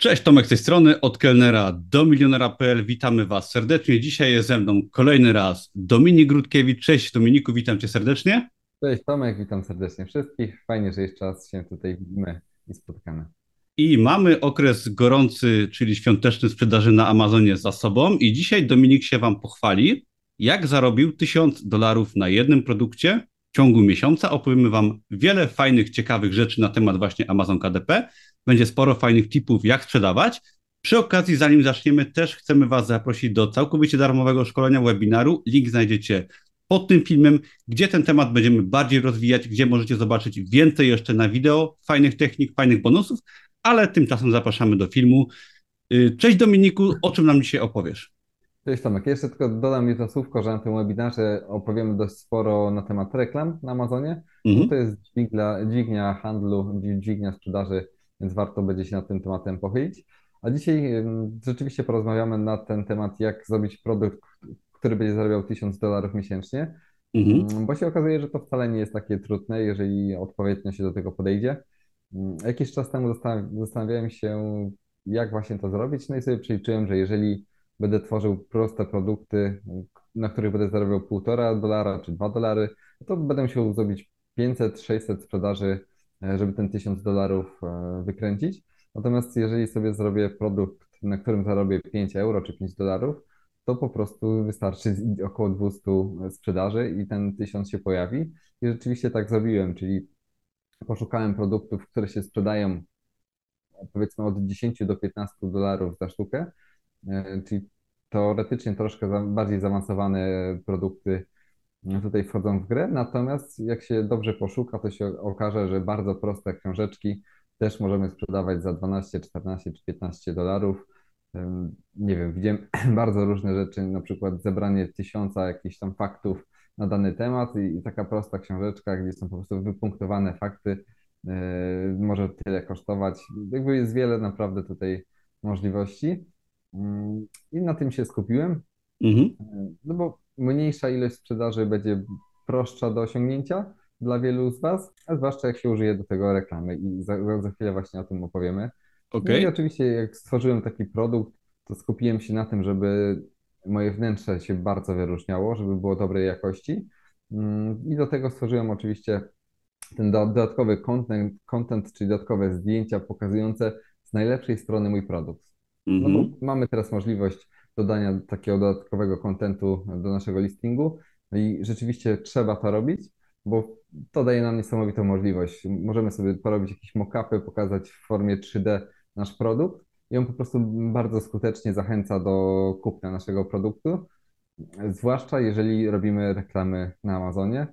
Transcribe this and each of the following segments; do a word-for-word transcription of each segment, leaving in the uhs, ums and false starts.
Cześć, Tomek z tej strony, od kelnera do milionera kropka p l. Witamy Was serdecznie. Dzisiaj jest ze mną kolejny raz Dominik Rutkiewicz. Cześć Dominiku, witam Cię serdecznie. Cześć Tomek, witam serdecznie wszystkich. Fajnie, że jeszcze raz się tutaj widzimy i spotkamy. I mamy okres gorący, czyli świąteczny sprzedaży na Amazonie za sobą. I dzisiaj Dominik się Wam pochwali, jak zarobił tysiąc dolarów na jednym produkcie w ciągu miesiąca. Opowiemy Wam wiele fajnych, ciekawych rzeczy na temat właśnie Amazon K D P. Będzie sporo fajnych tipów, jak sprzedawać. Przy okazji, zanim zaczniemy, też chcemy Was zaprosić do całkowicie darmowego szkolenia webinaru. Link znajdziecie pod tym filmem, gdzie ten temat będziemy bardziej rozwijać, gdzie możecie zobaczyć więcej jeszcze na wideo, fajnych technik, fajnych bonusów, ale tymczasem zapraszamy do filmu. Y, Cześć Dominiku, o czym nam dzisiaj opowiesz? Cześć Tomek, jeszcze tylko dodam jedno słówko, że na tym webinarze opowiemy dość sporo na temat reklam na Amazonie, bo Mhm, to jest dźwignia, dźwignia handlu, dźwignia sprzedaży, więc warto będzie się nad tym tematem pochylić. A dzisiaj ym, rzeczywiście porozmawiamy na ten temat, jak zrobić produkt, który będzie zarabiał tysiąc dolarów miesięcznie, mhm, Ym, bo się okazuje, że to wcale nie jest takie trudne, jeżeli odpowiednio się do tego podejdzie. Ym, Jakiś czas temu zastan- zastanawiałem się, jak właśnie to zrobić, no i sobie przeliczyłem, że jeżeli będę tworzył proste produkty, na których będę zarabiał półtora dolara czy dwa dolary, to będę musiał zrobić pięćset sześćset sprzedaży, e, żeby ten tysiąc dolarów e, wykręcić. Natomiast jeżeli sobie zrobię produkt, na którym zarobię pięć euro czy pięć dolarów, to po prostu wystarczy około dwieście sprzedaży i ten tysiąc się pojawi. I rzeczywiście tak zrobiłem, czyli poszukałem produktów, które się sprzedają powiedzmy od dziesięć do piętnastu dolarów za sztukę, e, czyli teoretycznie troszkę za, bardziej zaawansowane produkty e, tutaj wchodzą w grę, natomiast jak się dobrze poszuka, to się okaże, że bardzo proste książeczki też możemy sprzedawać za dwanaście, czternaście czy piętnaście dolarów. Ym, Nie wiem, widziałem bardzo różne rzeczy, na przykład zebranie tysiąca jakichś tam faktów na dany temat i, i taka prosta książeczka, gdzie są po prostu wypunktowane fakty, yy, może tyle kosztować. Jakby jest wiele naprawdę tutaj możliwości. Ym, I na tym się skupiłem. mhm. No bo mniejsza ilość sprzedaży będzie prostsza do osiągnięcia dla wielu z Was, a zwłaszcza jak się użyje do tego reklamy i za, za za chwilę właśnie o tym opowiemy. Ok. No i oczywiście jak stworzyłem taki produkt, to skupiłem się na tym, żeby moje wnętrze się bardzo wyróżniało, żeby było dobrej jakości. Mm, I do tego stworzyłem oczywiście ten do- dodatkowy content, content, czyli dodatkowe zdjęcia pokazujące z najlepszej strony mój produkt. No bo Mhm. mamy teraz możliwość dodania takiego dodatkowego kontentu do naszego listingu, no i rzeczywiście trzeba to robić, bo to daje nam niesamowitą możliwość. Możemy sobie porobić jakieś mock-upy, pokazać w formie trzy D nasz produkt i on po prostu bardzo skutecznie zachęca do kupna naszego produktu, zwłaszcza jeżeli robimy reklamy na Amazonie.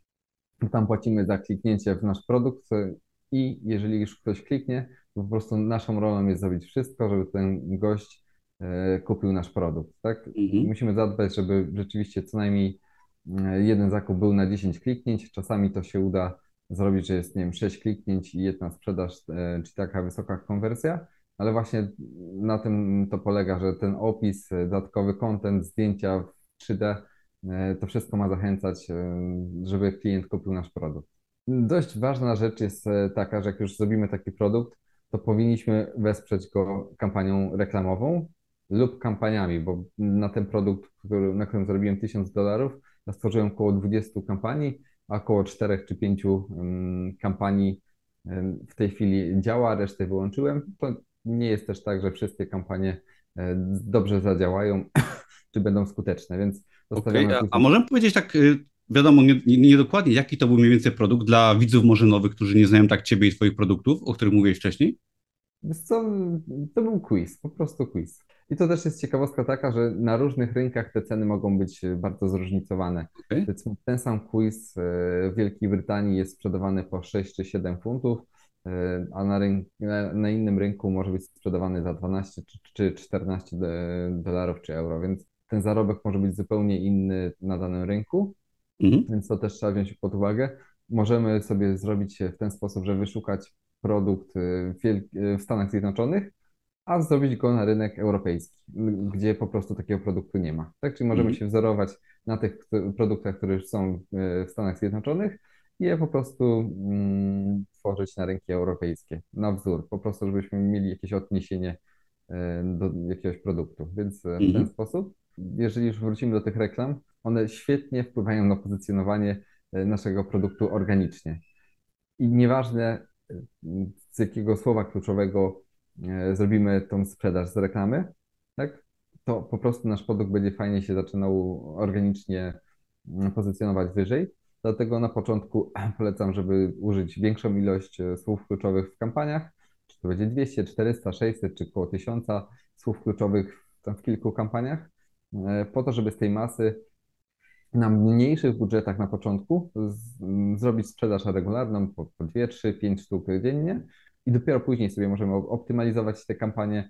Tam płacimy za kliknięcie w nasz produkt i jeżeli już ktoś kliknie, to po prostu naszą rolą jest zrobić wszystko, żeby ten gość e, kupił nasz produkt, tak? Mhm. Musimy zadbać, żeby rzeczywiście co najmniej e, jeden zakup był na dziesięć kliknięć. Czasami to się uda zrobić, że jest, nie wiem, sześć kliknięć i jedna sprzedaż, e, czy taka wysoka konwersja, ale właśnie na tym to polega, że ten opis, e, dodatkowy content, zdjęcia w trzy D, E, to wszystko ma zachęcać, e, żeby klient kupił nasz produkt. Dość ważna rzecz jest e, taka, że jak już zrobimy taki produkt, to powinniśmy wesprzeć go kampanią reklamową lub kampaniami, bo na ten produkt, który, na którym zarobiłem tysiąc dolarów, ja stworzyłem około dwudziestu kampanii, a około czterech czy pięciu mm, kampanii em, w tej chwili działa, resztę wyłączyłem. To nie jest też tak, że wszystkie kampanie e, dobrze zadziałają czy będą skuteczne, więc Ok. zostawiamy A, a później. możemy powiedzieć tak, y, wiadomo, nie, nie, niedokładnie, jaki to był mniej więcej produkt dla widzów może nowych, którzy nie znają tak Ciebie i Twoich produktów, o których mówiłeś wcześniej? Wiesz co, to był quiz, po prostu quiz. I to też jest ciekawostka taka, że na różnych rynkach te ceny mogą być bardzo zróżnicowane. Ok. Powiedzmy, ten sam quiz e, w Wielkiej Brytanii jest sprzedawany po sześć czy siedem funtów, e, a na, rynk, na, na innym rynku może być sprzedawany za dwanaście czy, czy czternaście do- dolarów czy euro, więc ten zarobek może być zupełnie inny na danym rynku. Mhm. Więc to też trzeba wziąć pod uwagę. Możemy sobie zrobić w ten sposób, że wyszukać produkt y, w, Wiel- y, w Stanach Zjednoczonych, a zrobić go na rynek europejski, m, gdzie po prostu takiego produktu nie ma. Tak, czyli możemy Mhm. się wzorować na tych któ- produktach, które już są y, w Stanach Zjednoczonych i je po prostu mm, tworzyć na rynki europejskie, na wzór, po prostu żebyśmy mieli jakieś odniesienie e, do jakiegoś produktu. Więc e, w ten Mhm. sposób, jeżeli już wrócimy do tych reklam, one świetnie wpływają na pozycjonowanie e, naszego produktu organicznie. I nieważne e, z jakiego słowa kluczowego e, zrobimy tą sprzedaż z reklamy, tak, to po prostu nasz produkt będzie fajnie się zaczynał organicznie mm, pozycjonować wyżej. Dlatego na początku polecam, żeby użyć większą ilość e, słów kluczowych w kampaniach. Czy to będzie dwieście, czterysta, sześćset, czy około tysiąc słów kluczowych w, tam w kilku kampaniach, e, po to, żeby z tej masy na mniejszych budżetach na początku z, m, zrobić sprzedaż regularną po, po dwie, trzy, pięć sztuk dziennie i dopiero później sobie możemy op- optymalizować te kampanie.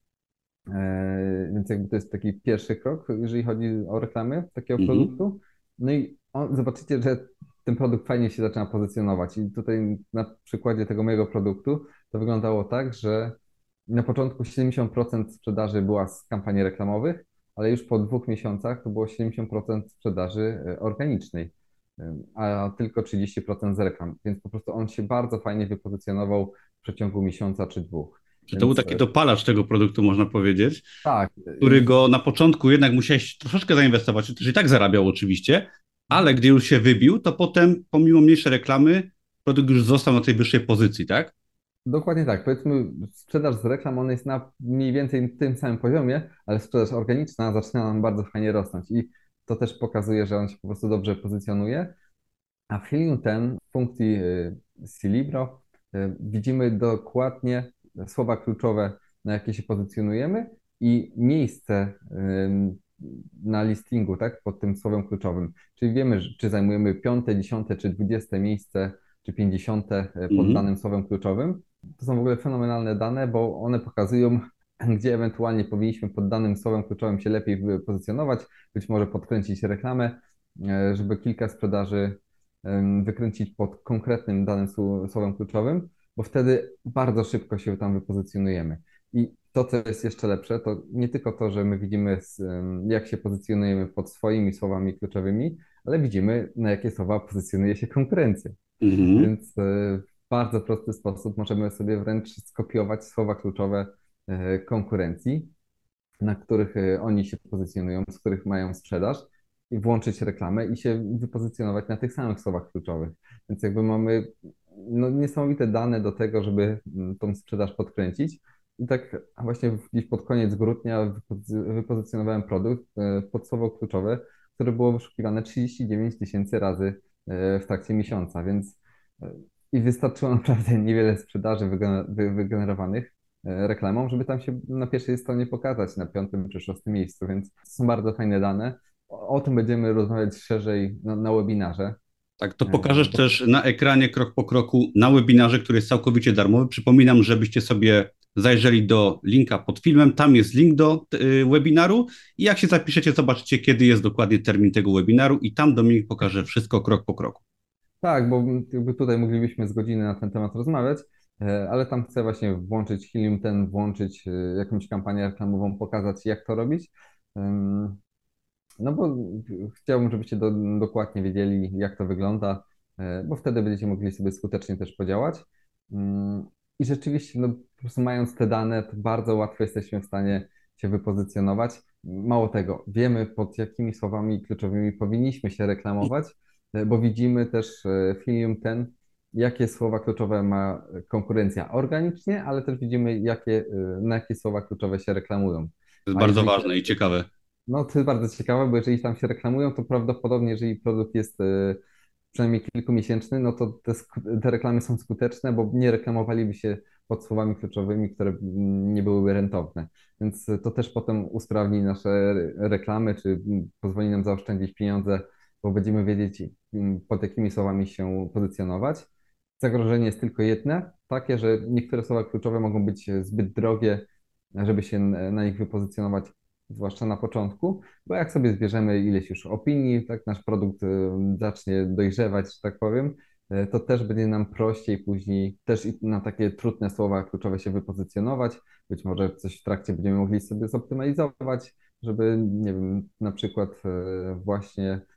E, Więc jakby to jest taki pierwszy krok, jeżeli chodzi o reklamy takiego Mhm. produktu. No i on, zobaczycie, że ten produkt fajnie się zaczyna pozycjonować. I tutaj na przykładzie tego mojego produktu to wyglądało tak, że na początku siedemdziesiąt procent sprzedaży była z kampanii reklamowych, ale już po dwóch miesiącach to było siedemdziesiąt procent sprzedaży e, organicznej, e, a tylko trzydzieści procent z reklam. Więc po prostu on się bardzo fajnie wypozycjonował w przeciągu miesiąca czy dwóch. Czy to był Więc taki e, dopalacz tego produktu, można powiedzieć, tak, który go na początku jednak musiałeś troszeczkę zainwestować, też i tak zarabiał oczywiście, ale gdy już się wybił, to potem pomimo mniejszej reklamy produkt już został na tej wyższej pozycji, tak? dokładnie tak. Powiedzmy, sprzedaż z reklam, ona jest na mniej więcej tym samym poziomie, ale sprzedaż organiczna zaczyna nam bardzo fajnie rosnąć i to też pokazuje, że on się po prostu dobrze pozycjonuje. A w Helium ten w funkcji y, Cilibro y, widzimy dokładnie słowa kluczowe, na jakie się pozycjonujemy i miejsce ym, na listingu, tak, pod tym słowem kluczowym. Czyli wiemy, że- czy zajmujemy piąte, dziesiąte, czy dwudzieste miejsce, czy pięćdziesiąte y, pod Mhm. danym słowem kluczowym. To są w ogóle fenomenalne dane, bo one pokazują, gdzie ewentualnie powinniśmy pod danym słowem kluczowym się lepiej y, pozycjonować, być może podkręcić reklamę, y, żeby kilka sprzedaży em, wykręcić pod konkretnym danym sł- słowem kluczowym, bo wtedy bardzo szybko się tam wypozycjonujemy. I to, co jest jeszcze lepsze, to nie tylko to, że my widzimy, s- em, jak się pozycjonujemy pod swoimi słowami kluczowymi, ale widzimy, na jakie słowa pozycjonuje się konkurencja. Mhm. Więc e, w bardzo prosty sposób możemy sobie wręcz skopiować słowa kluczowe e, konkurencji, na których e, oni się pozycjonują, z których mają sprzedaż i włączyć reklamę i się wypozycjonować na tych samych słowach kluczowych. Więc jakby mamy no, niesamowite dane do tego, żeby mm, tą sprzedaż podkręcić. I tak właśnie gdzieś pod koniec grudnia wypozy- wypozycjonowałem produkt e, pod słowo kluczowe, które było wyszukiwane trzydzieści dziewięć tysięcy razy e, w trakcie miesiąca, więc e, i wystarczyło naprawdę niewiele sprzedaży wygener- wy- wygenerowanych e, reklamą, żeby tam się na pierwszej stronie pokazać, na piątym czy szóstym miejscu, więc to są bardzo fajne dane. O, o tym będziemy rozmawiać szerzej na, na webinarze. Tak, to E, pokażesz bo, też na ekranie krok po kroku na webinarze, który jest całkowicie darmowy. Przypominam, żebyście sobie zajrzeli do linka pod filmem. Tam jest link do y, webinaru i jak się zapiszecie, zobaczycie, kiedy jest dokładnie termin tego webinaru i tam Dominik pokaże wszystko krok po kroku. tak, bo jakby tutaj moglibyśmy z godziny na ten temat rozmawiać, e, ale tam chcę właśnie włączyć Helium ten, włączyć e, jakąś kampanię reklamową, pokazać jak to robić. Ym, No bo chciałbym, żebyście do, dokładnie wiedzieli, jak to wygląda, e, bo wtedy będziecie mogli sobie skutecznie też podziałać. Mm, I rzeczywiście, no, po prostu mając te dane, to bardzo łatwo jesteśmy w stanie się wypozycjonować. Mało tego, wiemy, pod jakimi słowami kluczowymi powinniśmy się reklamować, e, bo widzimy też e, w Helium ten, jakie słowa kluczowe ma konkurencja organicznie, ale też widzimy, jakie, e, na jakie słowa kluczowe się reklamują. To jest A bardzo jeżeli ważne i ciekawe. no, to jest bardzo ciekawe, bo jeżeli tam się reklamują, to prawdopodobnie, jeżeli produkt jest e, przynajmniej kilkumiesięczny, no to te, sku- te reklamy są skuteczne, bo nie reklamowaliby się pod słowami kluczowymi, które mm, nie byłyby rentowne. Więc to też potem usprawni nasze re- reklamy, czy mm, pozwoli nam zaoszczędzić pieniądze, bo będziemy wiedzieć, mm, pod jakimi słowami się pozycjonować. Zagrożenie jest tylko jedne, takie, że niektóre słowa kluczowe mogą być zbyt drogie, żeby się na nich wypozycjonować, zwłaszcza na początku, bo jak sobie zbierzemy ileś już opinii, tak nasz produkt y, zacznie dojrzewać, że tak powiem, y, to też będzie nam prościej później też i na takie trudne słowa kluczowe się wypozycjonować. Być może coś w trakcie będziemy mogli sobie zoptymalizować, żeby, nie wiem, na przykład y, właśnie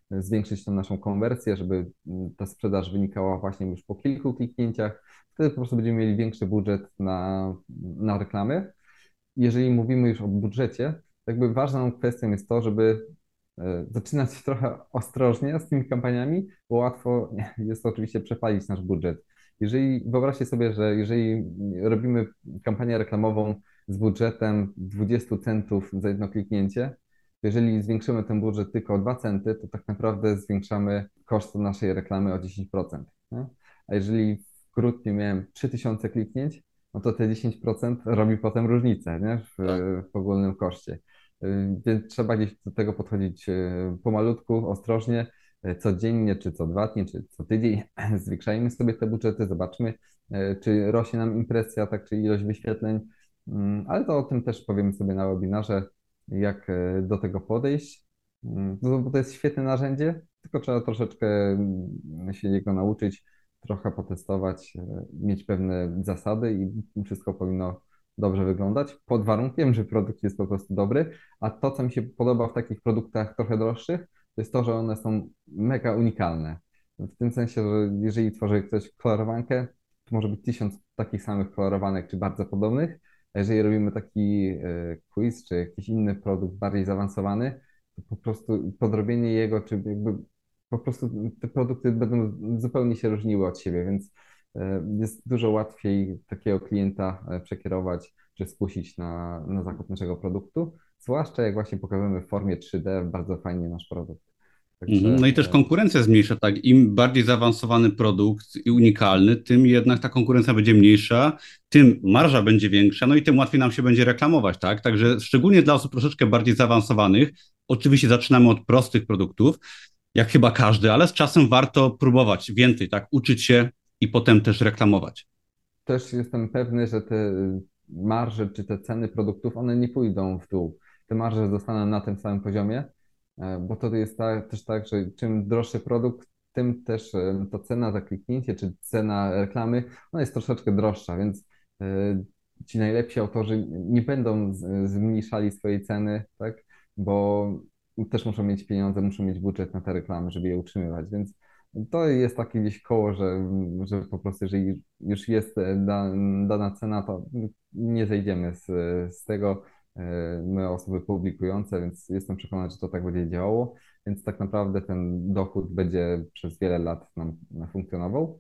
zwiększyć tą naszą konwersję, żeby mm, ta sprzedaż wynikała właśnie już po kilku kliknięciach. Wtedy po prostu będziemy mieli większy budżet na, na reklamy. Jeżeli mówimy już o budżecie, jakby ważną kwestią jest to, żeby e, zaczynać trochę ostrożnie z tymi kampaniami, bo łatwo jest oczywiście przepalić nasz budżet. Jeżeli wyobraźcie sobie, że jeżeli robimy kampanię reklamową z budżetem dwadzieścia centów za jedno kliknięcie, to jeżeli zwiększymy ten budżet tylko o dwa centy, to tak naprawdę zwiększamy koszt naszej reklamy o dziesięć procent. Nie? A jeżeli w grudniu miałem trzy tysiące kliknięć, no to te dziesięć procent robi potem różnicę, nie? W, Tak. w ogólnym koszcie. Y, Więc trzeba gdzieś do tego podchodzić y, pomalutku, ostrożnie, y, codziennie, czy co dwa dni, czy co tydzień. Zwiększajmy sobie te budżety, zobaczmy, y, czy rośnie nam impresja, tak, czy ilość wyświetleń. Mm, Ale to o tym też powiemy sobie na webinarze, jak y, do tego podejść. Mm, no, bo to jest świetne narzędzie, tylko trzeba troszeczkę mm, się jego nauczyć, trochę potestować, e, mieć pewne zasady i wszystko powinno dobrze wyglądać, pod warunkiem, że produkt jest po prostu dobry. A to, co mi się podoba w takich produktach trochę droższych, to jest to, że one są mega unikalne. W tym sensie, że jeżeli tworzy ktoś kolorowankę, to może być tysiąc takich samych kolorowanek, czy bardzo podobnych. A jeżeli robimy taki e, quiz, czy jakiś inny produkt bardziej zaawansowany, to po prostu podrobienie jego, czy jakby po prostu te produkty będą zupełnie się różniły od siebie, więc e, jest dużo łatwiej takiego klienta e, przekierować czy skusić na, na zakup naszego produktu, zwłaszcza jak właśnie pokażemy w formie trzy D bardzo fajnie nasz produkt. Mhm. Także No i też e, konkurencja jest mniejsza, tak? Im bardziej zaawansowany produkt i unikalny, tym jednak ta konkurencja będzie mniejsza, tym marża będzie większa, no i tym łatwiej nam się będzie reklamować, tak? Także szczególnie dla osób troszeczkę bardziej zaawansowanych, oczywiście zaczynamy od prostych produktów, jak chyba każdy, ale z czasem warto próbować więcej, tak? Uczyć się i potem też reklamować. też jestem pewny, że te marże czy te ceny produktów, one nie pójdą w dół. Te marże zostaną na tym samym poziomie, e, bo to jest tak, też tak, że czym droższy produkt, tym też e, ta cena za kliknięcie czy cena reklamy, ona jest troszeczkę droższa, więc e, ci najlepsi autorzy nie będą z- zmniejszali swojej ceny, tak? Bo też muszą mieć pieniądze, muszą mieć budżet na te reklamy, żeby je utrzymywać, więc to jest takie gdzieś koło, że, że po prostu jeżeli już jest e, da, dana cena, to nie zejdziemy z, z tego, e, my osoby publikujące, więc jestem przekonany, że to tak będzie działało, więc tak naprawdę ten dochód będzie przez wiele lat nam funkcjonował.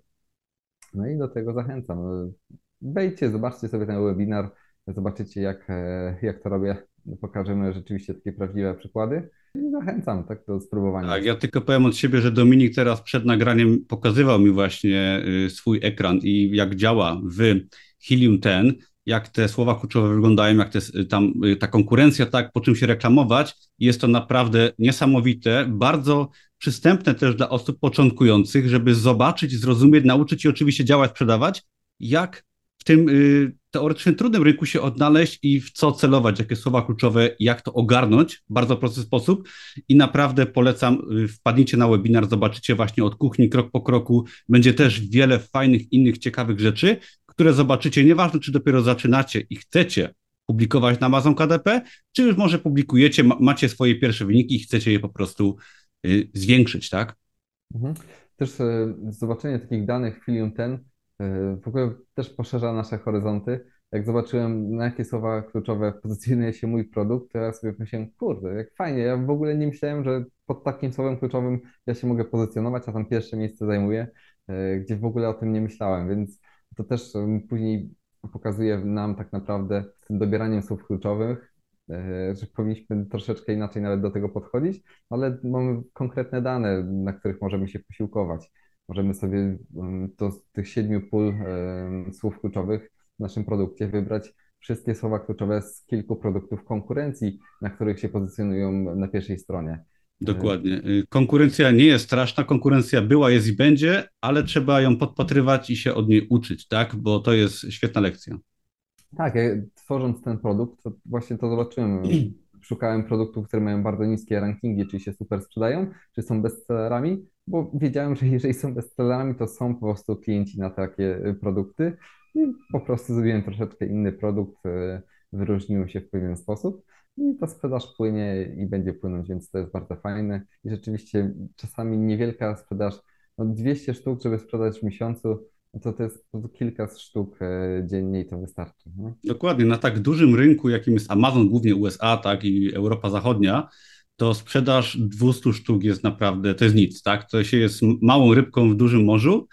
No i do tego zachęcam. Wejdźcie, zobaczcie sobie ten webinar, zobaczycie jak, e, jak to robię, pokażemy rzeczywiście takie prawdziwe przykłady i zachęcam tak do spróbowania. Tak, ja tylko powiem od siebie, że Dominik teraz przed nagraniem pokazywał mi właśnie y, swój ekran i jak działa w Helium ten, jak te słowa kluczowe wyglądają, jak te, y, tam y, ta konkurencja, tak, po czym się reklamować. Jest to naprawdę niesamowite, bardzo przystępne też dla osób początkujących, żeby zobaczyć, zrozumieć, nauczyć się oczywiście działać, sprzedawać, jak w tym y, teoretycznie trudnym rynku się odnaleźć i w co celować, jakie słowa kluczowe, jak to ogarnąć w bardzo prosty sposób. I naprawdę polecam, y, wpadnijcie na webinar, zobaczycie właśnie od kuchni krok po kroku. Będzie też wiele fajnych, innych ciekawych rzeczy, które zobaczycie, nieważne czy dopiero zaczynacie i chcecie publikować na Amazon K D P, czy już może publikujecie, ma, macie swoje pierwsze wyniki i chcecie je po prostu y, zwiększyć, tak? Mhm. Też e, zobaczenie takich danych w Filium ten e, w ogóle też poszerza nasze horyzonty. Jak zobaczyłem, na jakie słowa kluczowe pozycjonuje się mój produkt, to ja sobie myślałem, kurde, jak fajnie. Ja w ogóle nie myślałem, że pod takim słowem kluczowym ja się mogę pozycjonować, a tam pierwsze miejsce zajmuję, e, gdzie w ogóle o tym nie myślałem, więc to też e, później pokazuje nam tak naprawdę z tym dobieraniem słów kluczowych, e, że powinniśmy troszeczkę inaczej nawet do tego podchodzić, ale mamy konkretne dane, na których możemy się posiłkować. Możemy sobie mm, to z tych siedmiu pól em, słów kluczowych w naszym produkcie wybrać wszystkie słowa kluczowe z kilku produktów konkurencji, na których się pozycjonują na pierwszej stronie. E, Dokładnie. Y, Konkurencja nie jest straszna, konkurencja była, jest i będzie, ale trzeba ją podpatrywać i się od niej uczyć, tak? Bo to jest świetna lekcja. Tak, ja tworząc ten produkt, to właśnie to zobaczyłem. Szukałem produktów, które mają bardzo niskie rankingi, czy się super sprzedają, czy są bestsellerami, bo wiedziałem, że jeżeli są bestsellerami, to są po prostu klienci na takie y, produkty. I po prostu zrobiłem troszeczkę inny produkt, y, wyróżniły się w pewien sposób i ta sprzedaż płynie i będzie płynąć, więc to jest bardzo fajne. I rzeczywiście czasami niewielka sprzedaż, no dwieście sztuk, żeby sprzedać w miesiącu, no to to jest po prostu kilka sztuk e, dziennie i to wystarczy. Nie? Dokładnie, na tak dużym rynku, jakim jest Amazon, głównie U S A, tak, i Europa Zachodnia, to sprzedaż dwieście sztuk jest naprawdę, to jest nic, tak? To się jest małą rybką w dużym morzu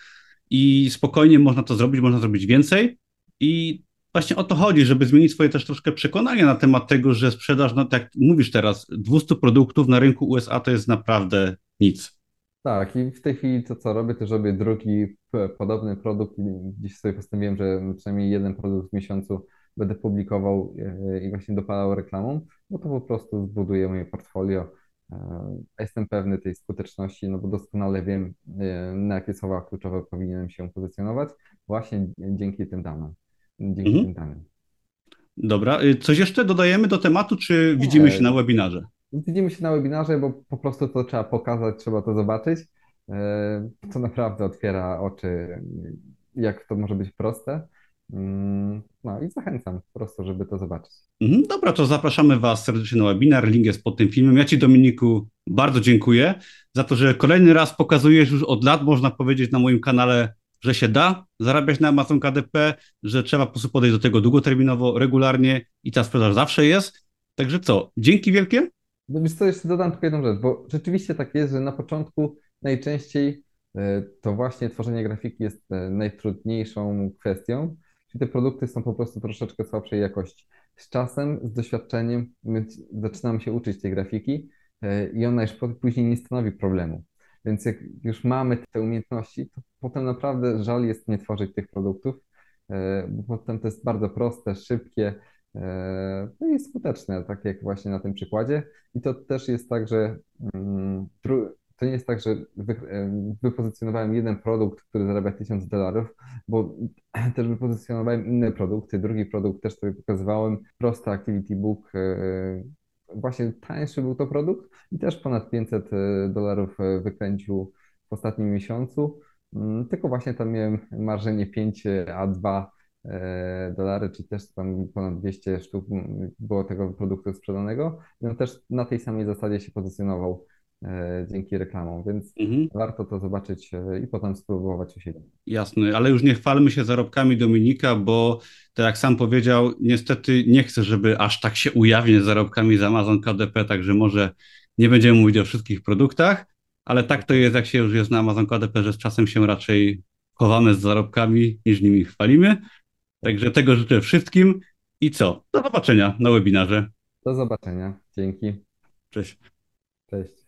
i spokojnie można to zrobić, można zrobić więcej i właśnie o to chodzi, żeby zmienić swoje też troszkę przekonanie na temat tego, że sprzedaż, no tak jak mówisz teraz, dwieście produktów na rynku U S A to jest naprawdę nic. Tak, i w tej chwili to, co robię, to że robię drugi p- podobny produkt i gdzieś sobie postanowiłem, że przynajmniej jeden produkt w miesiącu będę publikował e, i właśnie dopalał reklamą, no to po prostu zbuduję moje portfolio. E, A jestem pewny tej skuteczności, no bo doskonale wiem, e, na jakie słowa kluczowe powinienem się pozycjonować właśnie dzięki tym danym. Dzięki Mhm. tym danym. Dobra, y, coś jeszcze dodajemy do tematu, czy widzimy się Nie, na webinarze? widzimy się na webinarze, bo po prostu to trzeba pokazać, trzeba to zobaczyć. E, To naprawdę otwiera oczy, jak to może być proste. Mm, No i zachęcam po prostu, żeby to zobaczyć. Mhm, dobra, to zapraszamy Was serdecznie na webinar. Link jest pod tym filmem. Ja Ci, Dominiku, bardzo dziękuję za to, że kolejny raz pokazujesz już od lat, można powiedzieć, na moim kanale, że się da zarabiać na Amazon K D P, że trzeba po prostu podejść do tego długoterminowo, regularnie i ta sprzedaż zawsze jest. Także co, dzięki wielkie. No wiesz co, jeszcze dodam tylko jedną rzecz, bo rzeczywiście tak jest, że na początku najczęściej e, to właśnie tworzenie grafiki jest e, najtrudniejszą kwestią, czyli te produkty są po prostu troszeczkę słabszej jakości. Z czasem, z doświadczeniem my c- zaczynamy się uczyć tej grafiki e, i ona już po- później nie stanowi problemu. Więc jak już mamy te umiejętności, to potem naprawdę żal jest nie tworzyć tych produktów, e, bo potem to jest bardzo proste, szybkie, e, no i skuteczne, tak jak właśnie na tym przykładzie. I to też jest tak, że mm, tru- to nie jest tak, że wy, em, wypozycjonowałem jeden produkt, który zarabia tysiąc dolarów, bo też wypozycjonowałem inne produkty. Drugi produkt też sobie pokazywałem, prosty Activity Book. e, Właśnie tańszy był to produkt i też ponad pięćset dolarów e, wykręcił w ostatnim miesiącu. Mm, Tylko właśnie tam miałem marżę nie pięć, a dwa e, dolary, czy też tam ponad dwieście sztuk mm, było tego produktu sprzedanego. I on też na tej samej zasadzie się pozycjonował e, dzięki reklamom, więc Mhm. warto to zobaczyć e, i potem spróbować u siebie. Jasne, ale już nie chwalmy się zarobkami Dominika, bo tak jak sam powiedział, niestety nie chcę, żeby aż tak się ujawniać z zarobkami z Amazon K D P, także może nie będziemy mówić o wszystkich produktach, ale tak to jest, jak się już jest na Amazon K D P, że z czasem się raczej chowamy z zarobkami, niż nimi chwalimy. Także tego życzę wszystkim i co? Do zobaczenia na webinarze. Do zobaczenia. Dzięki. Cześć. Cześć.